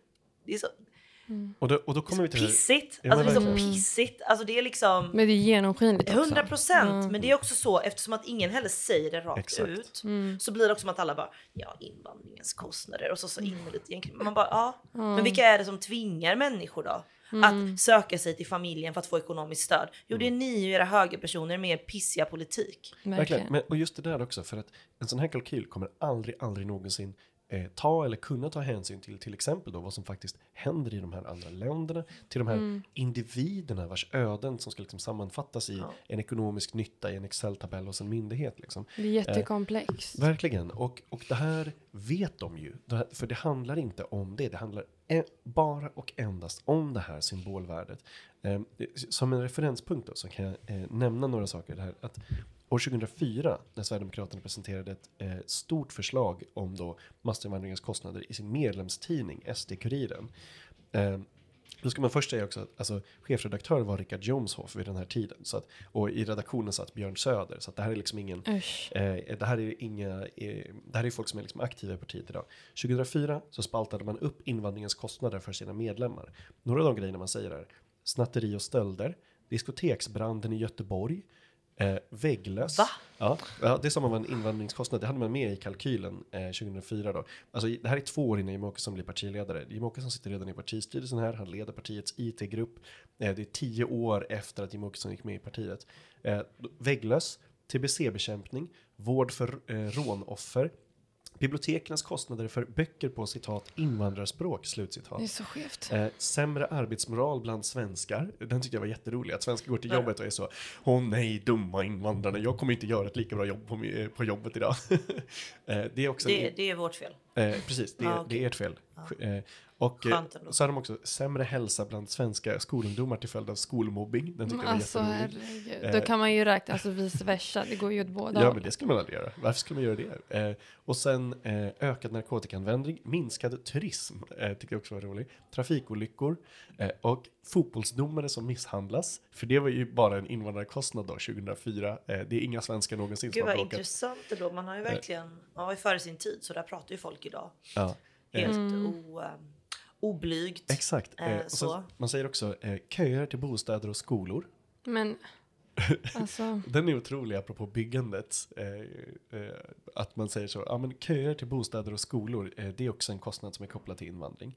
och då kommer vi till pissigt. Alltså det är så pissigt. Alltså det är liksom, men det är genomskinligt också. 100%. Men det är också så, eftersom att ingen heller säger det rakt ut, så blir det också som att alla bara, invandringens kostnader, och så innerligt egentligen. Man bara, men vilka är det som tvingar människor då att söka sig till familjen för att få ekonomiskt stöd? Jo, det är ni och era högerpersoner med er pissiga politik. Verkligen. Men, och just det där också, för att en sån här kalkyl kommer aldrig någonsin ta eller kunna ta hänsyn till exempel då vad som faktiskt händer i de här andra länderna, till de här individerna vars öden som ska liksom sammanfattas i en ekonomisk nytta i en Excel-tabell hos en myndighet liksom. Det är jättekomplext. Verkligen, och det här vet de ju, för det handlar inte om det handlar bara och endast om det här symbolvärdet. Som en referenspunkt då, så kan jag nämna några saker det här, att år 2004, när Sverigedemokraterna presenterade ett stort förslag om då massinvandringens kostnader i sin medlemstidning SD-Kuriren, Då ska man först säga också att alltså, chefredaktör var Richard Jomshof vid den här tiden. Så att, och i redaktionen satt Björn Söder. Så att det här är liksom ingen... det här är folk som är liksom aktiva i partiet idag. 2004 så spaltade man upp invandringens kostnader för sina medlemmar. Några av de grejerna man säger är snatteri och stölder, diskoteksbranden i Göteborg, vägglös. Va? Ja, det som var en invandringskostnad, det hade man med i kalkylen 2004 då. Alltså det här är 2 år innan Jimmie Åkesson blir partiledare. Jimmie Åkesson sitter redan i partistyrelsen här, han leder partiets IT-grupp. Det är 10 år efter att Jimmie Åkesson gick med i partiet. Vägglös, TBC-bekämpning, vård för rånoffer, bibliotekernas kostnader för böcker på citat invandrarspråk, slutcitat. Det är så skevt. Sämre arbetsmoral bland svenskar. Den tyckte jag var jätterolig. Att svenskar går till jobbet och är så, nej, dumma invandrarna. Jag kommer inte göra ett lika bra jobb på jobbet idag. Det är också... Det är vårt fel. Precis, det är ert fel. Och så har de också sämre hälsa bland svenska skolungdomar till följd av skolmobbing. Den tycker jag var jätterolig. Då kan man ju räkna, alltså vice versa. Det går ju åt båda. Ja, men det skulle man aldrig göra. Varför skulle man göra det? Och sen ökad narkotikaanvändning, minskad turism, tycker jag också var roligt. Trafikolyckor och fotbollsdomare som misshandlas. För det var ju bara en invandrarkostnad då, 2004. Det är inga svenskar någonsin som har bråkat. Gud vad intressant då. Man har ju verkligen, man var ju före sin tid, så där pratar ju folk idag. Ja. Helt oblygt. Exakt. Så. Man säger också köer till bostäder och skolor. Men alltså... Den är otrolig apropå byggandet. Att man säger så. Ja, men köer till bostäder och skolor. Det är också en kostnad som är kopplad till invandring.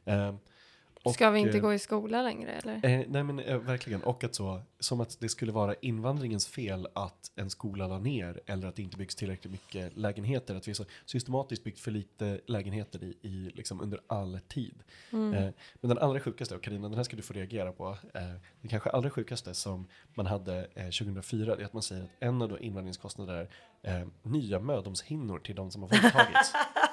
Ska vi inte gå i skola längre eller? Nej men verkligen. Och att så, som att det skulle vara invandringens fel att en skola la ner eller att det inte byggs tillräckligt mycket lägenheter. Att vi så systematiskt byggt för lite lägenheter i liksom under all tid. Men den allra sjukaste, och Carina, den här ska du få reagera på. Det kanske allra sjukaste som man hade 2004 är att man säger att en av invandringskostnader är nya mödomshinnor till de som har våldtagits.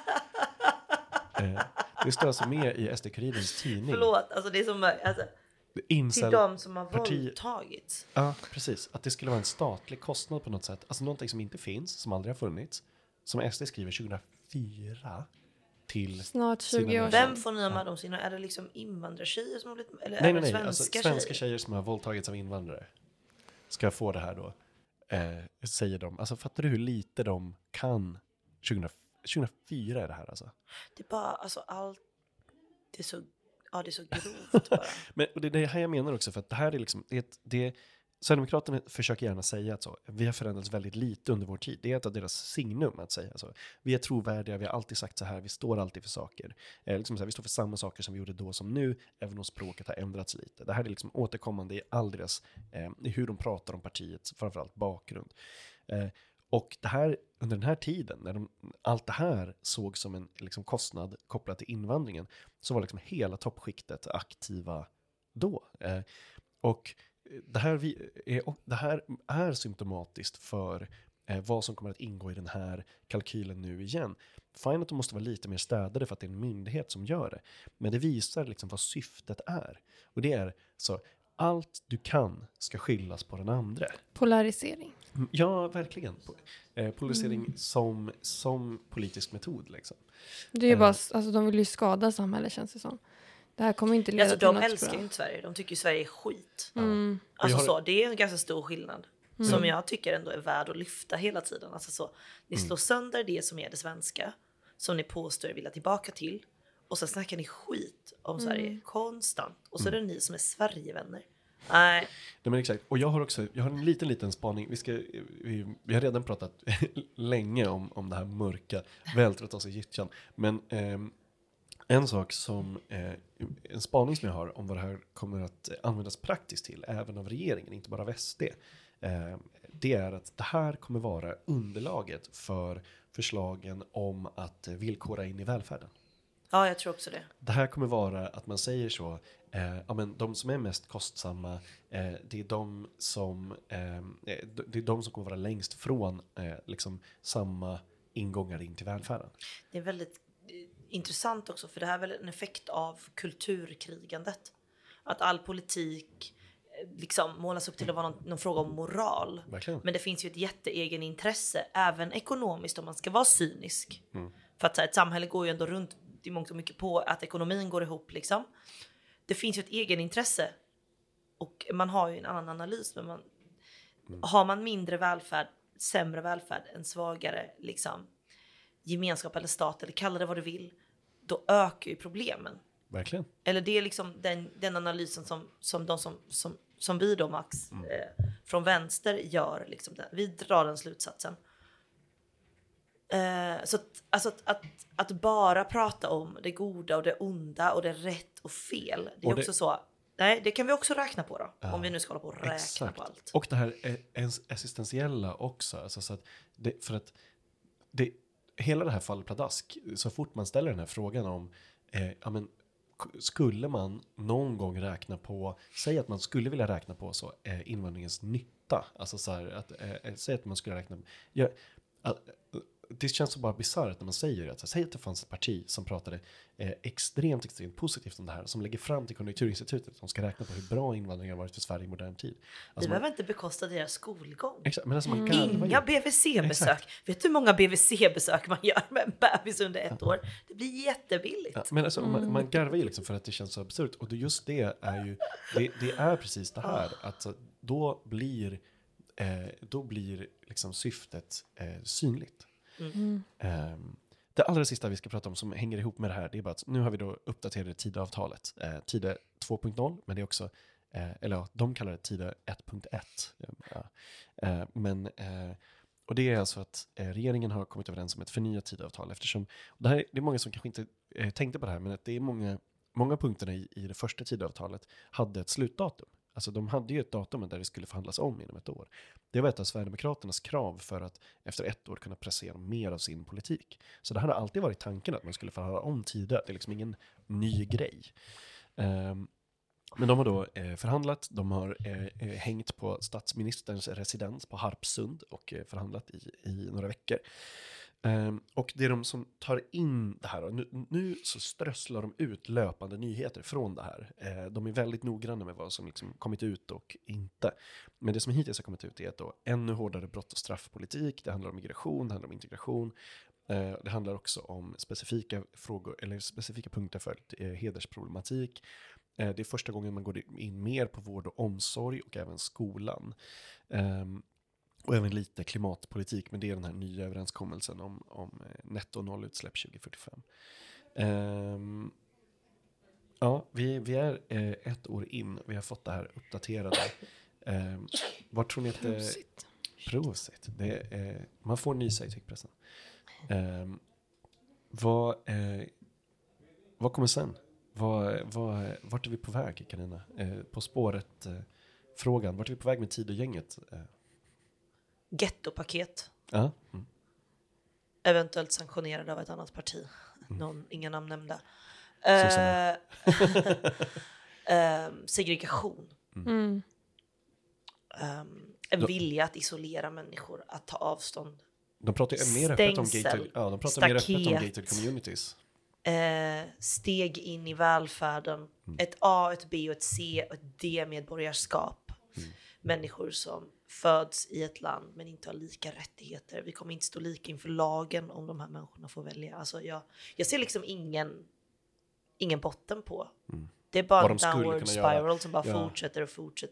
Det står alltså med i SD-Kurirens tidning. Förlåt, alltså det är som alltså, till de som har våldtagits. Ja, precis. Att det skulle vara en statlig kostnad på något sätt. Alltså någonting som inte finns, som aldrig har funnits. Som SD skriver 2004 till... Snart 20 år sedan. Vem får nya mödomshinnor? Är det liksom invandrartjejer som har blivit... Eller nej, är det nej. Svenska, alltså, svenska tjejer som har våldtagits av invandrare. Ska jag få det här då? Säger de. Alltså fattar du hur lite de kan 2004 är det här alltså. Det är bara, alltså allt, det är så grovt bara. Men och det är det här jag menar också, för att det här är liksom, Sverigedemokraterna försöker gärna säga att så, vi har förändrats väldigt lite under vår tid. Det är ett av deras signum att säga så. Vi är trovärdiga, vi har alltid sagt så här, vi står alltid för saker. Liksom så här, vi står för samma saker som vi gjorde då som nu, även om språket har ändrats lite. Det här är liksom återkommande i all deras, i hur de pratar om partiets, framförallt bakgrund. Och det här, under den här tiden, när allt det här såg som en liksom, kostnad kopplad till invandringen, så var liksom hela toppskiktet aktiva då. Och det här är symptomatiskt för vad som kommer att ingå i den här kalkylen nu igen. Fine att de måste vara lite mer stödade för att det är en myndighet som gör det. Men det visar liksom vad syftet är. Och det är så, allt du kan ska skyllas på den andra. Polarisering. Ja, verkligen. Polarisering som politisk metod. Liksom. Det är ju bara, alltså de vill ju skada samhället, känns det som. Det här kommer inte leda till något bra. De älskar ju inte Sverige. De tycker ju Sverige är skit. Mm. Alltså så, det är en ganska stor skillnad. Som jag tycker ändå är värd att lyfta hela tiden. Alltså så, ni slår sönder det som är det svenska. Som ni påstår vilja tillbaka till. Och sen snackar ni skit om Sverige konstant. Och så är det ni som är Sverigevänner. Nej. Men exakt. Och jag har en liten spaning. Vi har redan pratat länge om det här mörka, vältrat oss i gyttjan. Men en sak som, en spaning som jag har om vad det här kommer att användas praktiskt till, även av regeringen, inte bara av SD, det är att det här kommer vara underlaget för förslagen om att villkora in i välfärden. Ja, jag tror också det. Det här kommer vara att man säger så, ja, men de som är mest kostsamma, det är de som kommer vara längst från liksom samma ingångar in till välfärden. Det är väldigt intressant också, för det här är väl en effekt av kulturkrigandet. Att all politik liksom målas upp till att vara någon fråga om moral. Verkligen. Men det finns ju ett jätteegen intresse, även ekonomiskt, om man ska vara cynisk. För att så här, ett samhälle går ju ändå runt i mångt och mycket på att ekonomin går ihop liksom. det finns ju ett egenintresse. Och man har ju en annan analys. Men har man mindre välfärd, sämre välfärd, en svagare liksom, gemenskap eller stat, eller kalla det vad du vill, då ökar ju problemen. Verkligen. Eller det är liksom den analysen som vi då, Max, från vänster gör. Liksom, vi drar den slutsatsen. Så att bara prata om det goda och det onda och det rätt och fel, det är också så. Nej, det kan vi också räkna på då. Om vi nu ska hålla på och räkna på allt. Och det här existentiella också. Alltså, så att hela det här faller pladask. Så fort man ställer den här frågan om skulle man någon gång räkna på, säg att man skulle vilja räkna på så invandringens nytta. Alltså så här, säg att man skulle räkna det känns så bara bisarrt när man säger att säg att det fanns ett parti som pratade extremt positivt om det här, som lägger fram till Konjunkturinstitutet som ska räkna på hur bra invandringen har varit för Sverige i modern tid. Alltså vi behöver inte bekosta deras skolgång. Exakt, men alltså inga BVC-besök. Vet du hur många BVC-besök man gör med en bebis under 1 år? Det blir jättebilligt. Ja, men alltså, man garvar ju liksom för att det känns så absurt. Och just det är ju, det är precis det här. Att då blir liksom syftet synligt. Det allra sista vi ska prata om som hänger ihop med det här, det är bara att nu har vi då uppdaterat Tidöavtalet. Tidö 2.0, men det är också, de kallar det Tidö 1.1. Och det är alltså att regeringen har kommit överens om ett förnyat Tidöavtal, eftersom, och det är många som kanske inte tänkte på det här, men att det är många punkterna i det första Tidöavtalet hade ett slutdatum. Alltså de hade ju ett datum där det skulle förhandlas om inom 1 år. Det var ett av Sverigedemokraternas krav för att efter 1 år kunna pressa igenom mer av sin politik. Så det hade alltid varit tanken att man skulle förhandla om Tidö. Det är liksom ingen ny grej. Men de har då förhandlat. De har hängt på statsministerns residens på Harpsund och förhandlat i några veckor. Och det är de som tar in det här. Och nu så strösslar de ut löpande nyheter från det här. De är väldigt noggranna med vad som liksom kommit ut och inte. Men det som hittills har kommit ut är att då ännu hårdare brott- och straffpolitik. Det handlar om migration, det handlar om integration. Det handlar också om specifika frågor eller specifika punkter för hedersproblematik. Det är första gången man går in mer på vård och omsorg och även skolan. Och även lite klimatpolitik, men det är den här nya överenskommelsen om netto nollutsläpp 2045. Ja, vi är 1 år in. Vi har fått det här uppdaterade. Vad tror ni att det... Prosit. Man får nysa i tyckpressen. Vad kommer sen? Vart är vi på väg, Carina? På spåret frågan. Vart är vi på väg med Tidögänget? Gettopaket. Eventuellt sanktionerade av ett annat parti. Inga namn nämnda. Segregation. En vilja att isolera människor, att ta avstånd. De pratar ju mer öppet om gated communities. Steg in i välfärden. Ett A, ett B och ett C och ett D-medborgarskap. Människor som föds i ett land men inte har lika rättigheter. Vi kommer inte stå lika inför lagen om de här människorna får välja. Alltså jag ser liksom ingen botten på. Det är bara en downward spiral som bara fortsätter.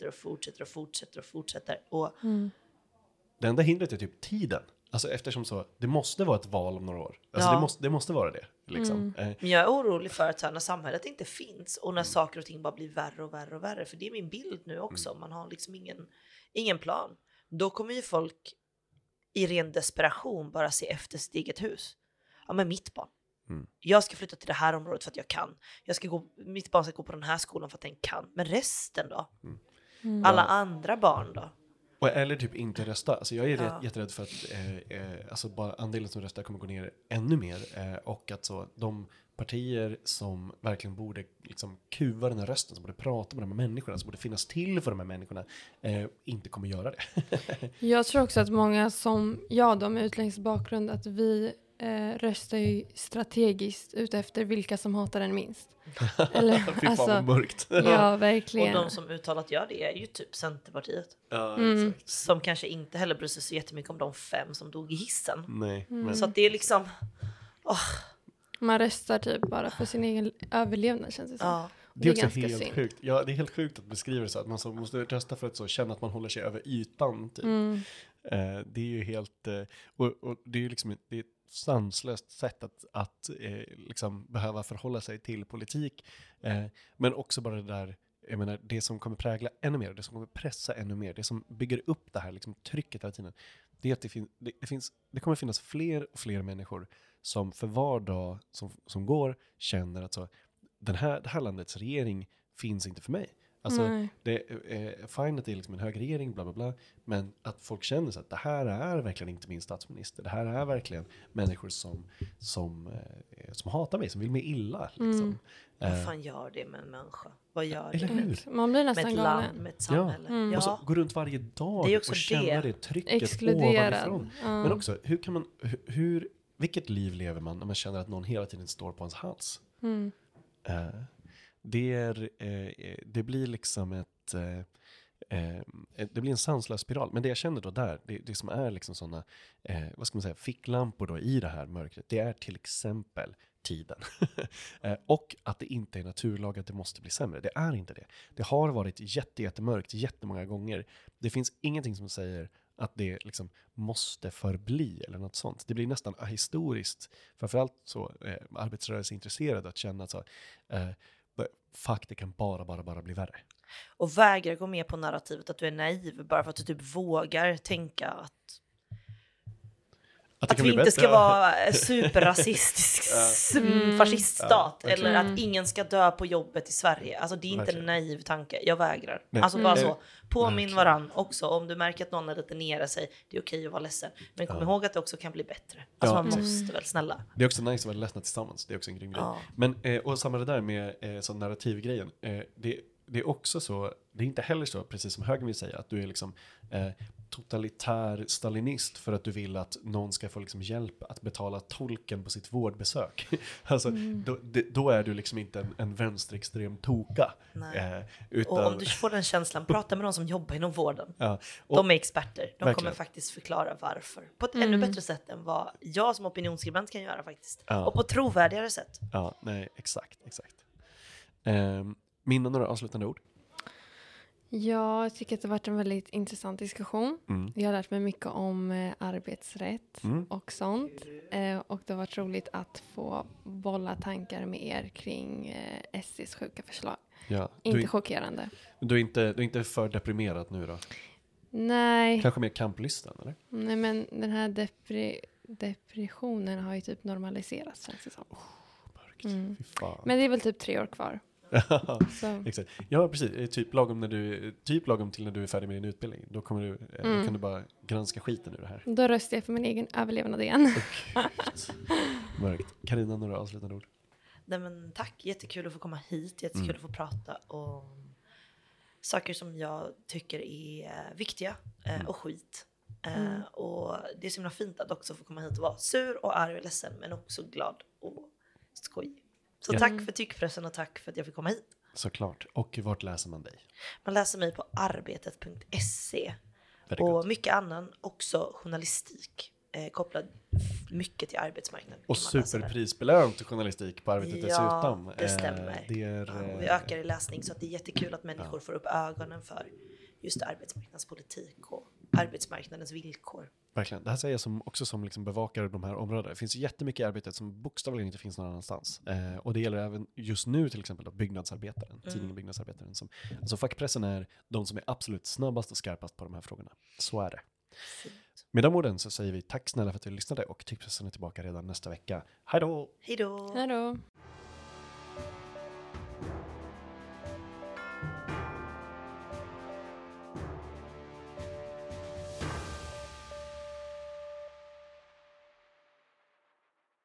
Det enda hindret är typ tiden. Alltså eftersom det måste vara ett val om några år. Alltså det måste vara det. Liksom. Men jag är orolig för att när samhället inte finns och när saker och ting bara blir värre och värre och värre. För det är min bild nu också. Man har liksom ingen plan. Då kommer ju folk i ren desperation bara se efter sitt eget hus. Ja, men mitt barn. Jag ska flytta till det här området för att jag kan. Mitt barn ska gå på den här skolan för att den kan. Men resten då? Alla andra barn då? Eller typ inte rösta. Alltså jag är jätterädd för att bara andelen som röstar kommer gå ner ännu mer. Och att de partier som verkligen borde liksom kuva den här rösten, som borde prata med de här människorna, som borde finnas till för de här människorna, inte kommer göra det. Jag tror också att många som de med utländsk bakgrund, att vi röstar ju strategiskt ut efter vilka som hatar den minst. Eller, fy fan vad mörkt. Ja, verkligen. Och de som uttalat gör det är ju typ Centerpartiet. Ja, exakt. Som kanske inte heller bryr sig så jättemycket om de 5 som dog i hissen. Nej. Så att det är liksom... Man röstar typ bara för sin egen överlevnad, känns det som. Ja. Det är också ganska helt synd. sjukt. Ja, det är helt sjukt att beskriva det så att man så måste rösta för att så känna att man håller sig över ytan. Typ. Det är ju helt... Och det är ju liksom det är ett sanslöst sätt att liksom behöva förhålla sig till politik. Men också bara det där, jag menar, det som kommer prägla ännu mer, det som kommer pressa ännu mer, det som bygger upp det här liksom, trycket hela tiden. Det är att det kommer finnas fler och fler människor som för var dag som går känner att så, det här landets regering finns inte för mig. Alltså, fine att det är liksom en hög regering, bla bla bla, men att folk känner så att det här är verkligen inte min statsminister. Det här är verkligen människor som hatar mig, som vill mig illa. Liksom. Vad fan gör det med en människa? Vad gör Eller det hur? Man blir med nästan ett galen. land, med ett samhälle? Ja. Och så gå runt varje dag Det är också och känna det trycket Exkluderad. ovanifrån. Men också, hur kan man, vilket liv lever man när man känner att någon hela tiden står på ens hals? Det blir liksom det blir en sanslös spiral. Men det jag känner då där, det som är liksom sådana, vad ska man säga, ficklampor då i det här mörkret, det är till exempel tiden. Och att det inte är naturlag att det måste bli sämre. Det är inte det. Det har varit jättemörkt jättemånga gånger. Det finns ingenting som säger att det liksom måste förbli eller något sånt. Det blir nästan ahistoriskt, framförallt så arbetsrörelseintresserade, att känna att så, fuck, det kan bara bli värre. Och vägrar gå med på narrativet att du är naiv bara för att du typ vågar tänka att vi inte ska vara superrasistisk fasciststat eller att ingen ska dö på jobbet i Sverige. Alltså det är inte en naiv tanke. Jag vägrar. Nej. Alltså bara så. Påminn varann också. Om du märker att någon är lite nere sig, det är okej att vara ledsen. Men kom ihåg att det också kan bli bättre. Alltså man måste väl, snälla. Det är också nice att vara ledsna tillsammans. Det är också en grym grej. Men, och samma det där med sån narrativgrejen. Det är också så, det är inte heller så, precis som högern vill säga, att du är liksom totalitär stalinist för att du vill att någon ska få liksom hjälp att betala tolken på sitt vårdbesök. Alltså, då är du liksom inte en vänsterextrem toka. Och om du får den känslan, prata med någon som jobbar inom vården. Och, de är experter. De verkligen. kommer faktiskt förklara varför. På ett ännu bättre sätt än vad jag som opinionsskribent kan göra faktiskt. Och på ett trovärdigare sätt. Ja, nej, exakt. Minna några avslutande ord? Ja, jag tycker att det har varit en väldigt intressant diskussion. Jag har lärt mig mycket om arbetsrätt och sånt. Och det har varit roligt att få bolla tankar med er kring SCs sjuka förslag. Ja, inte chockerande. Du är inte för deprimerad nu då? Nej. Kanske mer kamplysten, eller? Nej, men den här depressionen har ju typ normaliserats, känns det som. Mörkt. Fy fan. Men det är väl typ 3 år kvar. Så. Exakt. Ja, precis. Typ lagom till när du är färdig med din utbildning. Då kommer då kan du bara granska skiten ur det här. Då röstar jag för min egen överlevnad igen. Mörkt. Carina, några avslutande ord? Nej, men tack, jättekul att få komma hit. Jättekul att få prata om saker som jag tycker är viktiga och skit. Och det är så himla fint att också få komma hit och vara sur och arg och ledsen, men också glad och skoj. Så tack för tyckpressen och tack för att jag fick komma hit. Såklart. Och vart läser man dig? Man läser mig på arbetet.se. Väldigt och gott. mycket annan, också journalistik kopplad mycket till arbetsmarknaden. Och superprisbelönt journalistik på Arbetet dessutom. Ja, det stämmer. Vi ökar i läsning, så att det är jättekul att människor får upp ögonen för just arbetsmarknadspolitik och arbetsmarknadens villkor. Verkligen. Det här säger jag också som liksom bevakar de här områdena. Det finns jättemycket arbete som bokstavligen inte finns någon annanstans. Och det gäller även just nu till exempel då Byggnadsarbetaren, tidningen Byggnadsarbetaren. Alltså fackpressen är de som är absolut snabbast och skarpast på de här frågorna. Så är det. Fint. Med de orden så säger vi tack snälla för att du lyssnade, och tyckpressen är tillbaka redan nästa vecka. Hej då! Hej då! Hej då!